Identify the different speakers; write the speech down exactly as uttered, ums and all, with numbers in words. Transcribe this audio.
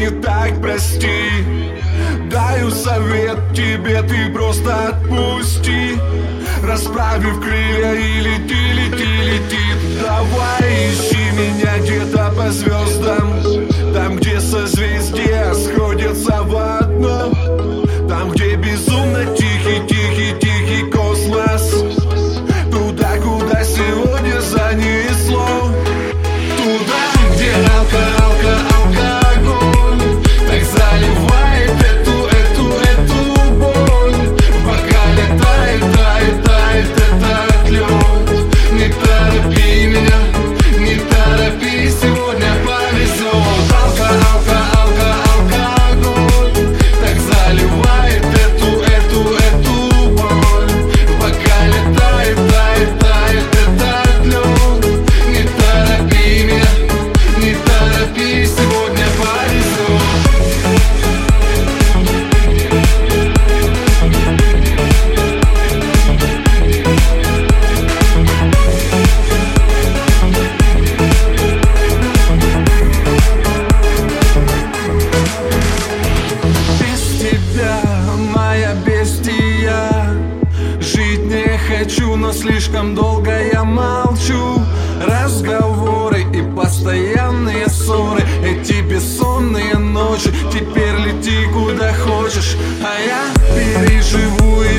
Speaker 1: не так, прости. Даю совет тебе, ты просто отпусти. Расправив крылья и лети, лети, лети. Давай ищи меня где-то по звездам, там, где созвездия сходятся в одно, там, где безумно тихий, тихий, тихий космос. Туда, куда сегодня занесло. Туда, где алка, алка, алкоголь так заливает эту, эту, эту боль. В бокале тает, тает, тает этот лед. Не торопи меня, не торопи, сегодня повезет. Алка, алка, алка, алкоголь так заливает эту, эту, эту боль. В бокале тает, тает, тает этот лед. Не торопи меня, не торопи, сегодня повезет. Без тебя, моя бестия, жить не хочу, но слишком долго я молчу. Разговоры и постоянные ссоры, эти бессонные ночи. Теперь лети куда хочешь, а я переживу